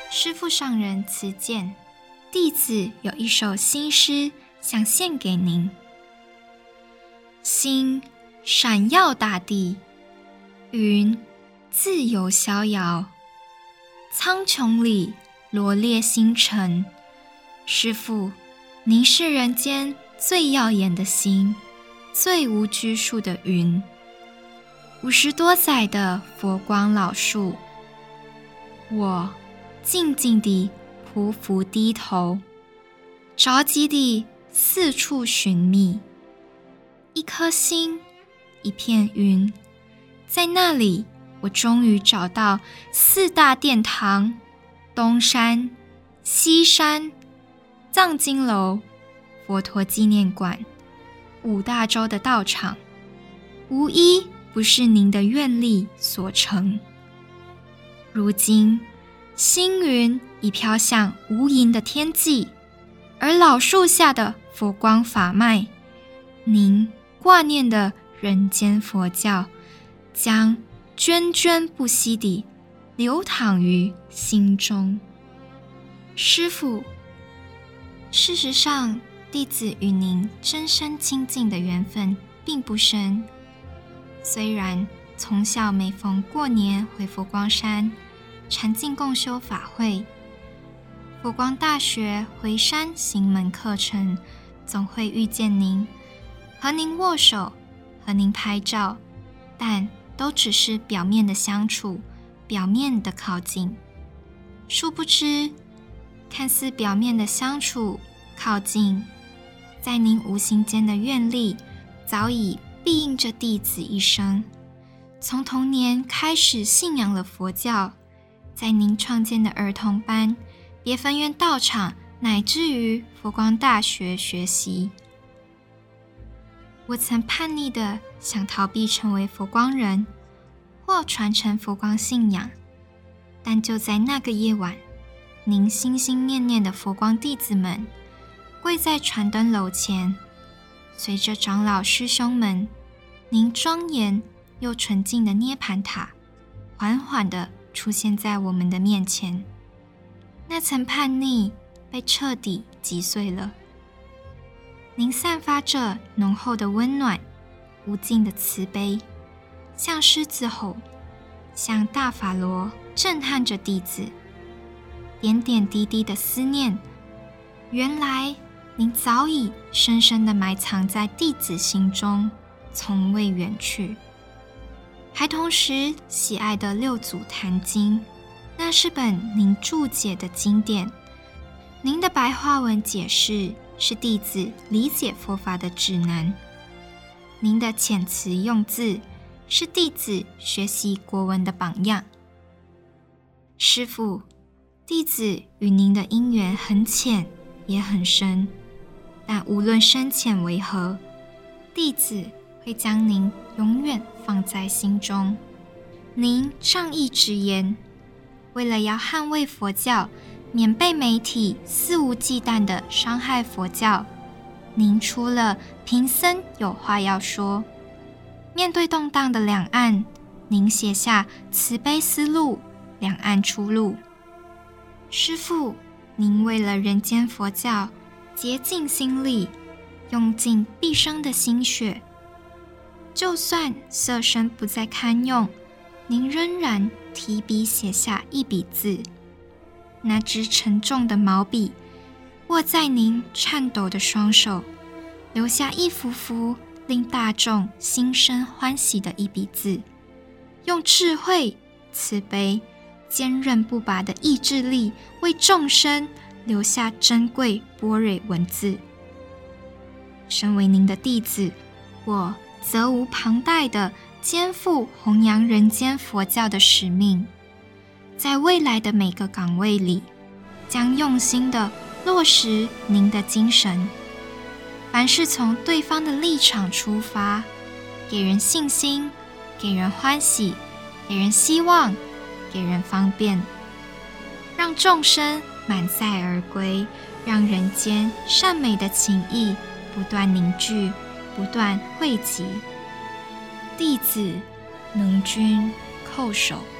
师父上人辞见，弟子有一首新诗想献给您。星闪耀大地，云自由逍遥，苍穹里罗列星辰。师父，您是人间最耀眼的星，最无拘束的云。50多载的佛光老树，我静静地匍匐低头，着急地四处寻觅。一颗星，一片云，在那里我终于找到4大殿堂：东山、西山、藏经楼、佛陀纪念馆、5大洲的道场，无一不是您的愿力所成。如今星云已飘向无垠的天际，而老树下的佛光法脉，您挂念的人间佛教，将涓涓不息地流淌于心中。师父，事实上，弟子与您真身亲近的缘分并不深。虽然从小每逢过年回佛光山禅净共修法会，佛光大学回山行门课程，总会遇见您，和您握手，和您拍照，但都只是表面的相处，表面的靠近。殊不知，看似表面的相处靠近，在您无形间的愿力早已庇应着弟子一生。从童年开始信仰了佛教，在您创建的儿童班、别分院道场，乃至于佛光大学学习。我曾叛逆地想逃避成为佛光人，或传承佛光信仰，但就在那个夜晚，您心心念念的佛光弟子们跪在传灯楼前，随着长老师兄们，您庄严又纯净的涅槃塔缓缓地出现在我们的面前。那层叛逆被彻底击碎了。您散发着浓厚的温暖，无尽的慈悲，像狮子吼，像大法罗震撼着弟子。点点滴滴的思念，原来您早已深深地埋藏在弟子心中，从未远去。孩童时喜爱的六祖坛经，那是本您注解的经典。您的白话文解释是弟子理解佛法的指南，您的遣词用字是弟子学习国文的榜样。师父，弟子与您的因缘很浅也很深，但无论深浅为何，弟子会将您永远放在心中。您仗义直言，为了要捍卫佛教，免被媒体肆无忌惮地伤害佛教，您除了贫僧有话要说。面对动荡的两岸，您写下慈悲思路，两岸出路。师父，您为了人间佛教，竭尽心力，用尽毕生的心血，就算色身不再堪用，您仍然提笔写下一笔字。那支沉重的毛笔握在您颤抖的双手，留下一幅幅令大众心生欢喜的一笔字，用智慧、慈悲、坚韧不拔的意志力为众生留下珍贵般若文字。身为您的弟子，我责无旁贷地肩负弘扬人间佛教的使命，在未来的每个岗位里，将用心地落实您的精神。凡是从对方的立场出发，给人信心，给人欢喜，给人希望，给人方便，让众生满载而归，让人间善美的情谊不断凝聚，不断汇集。弟子能君叩首。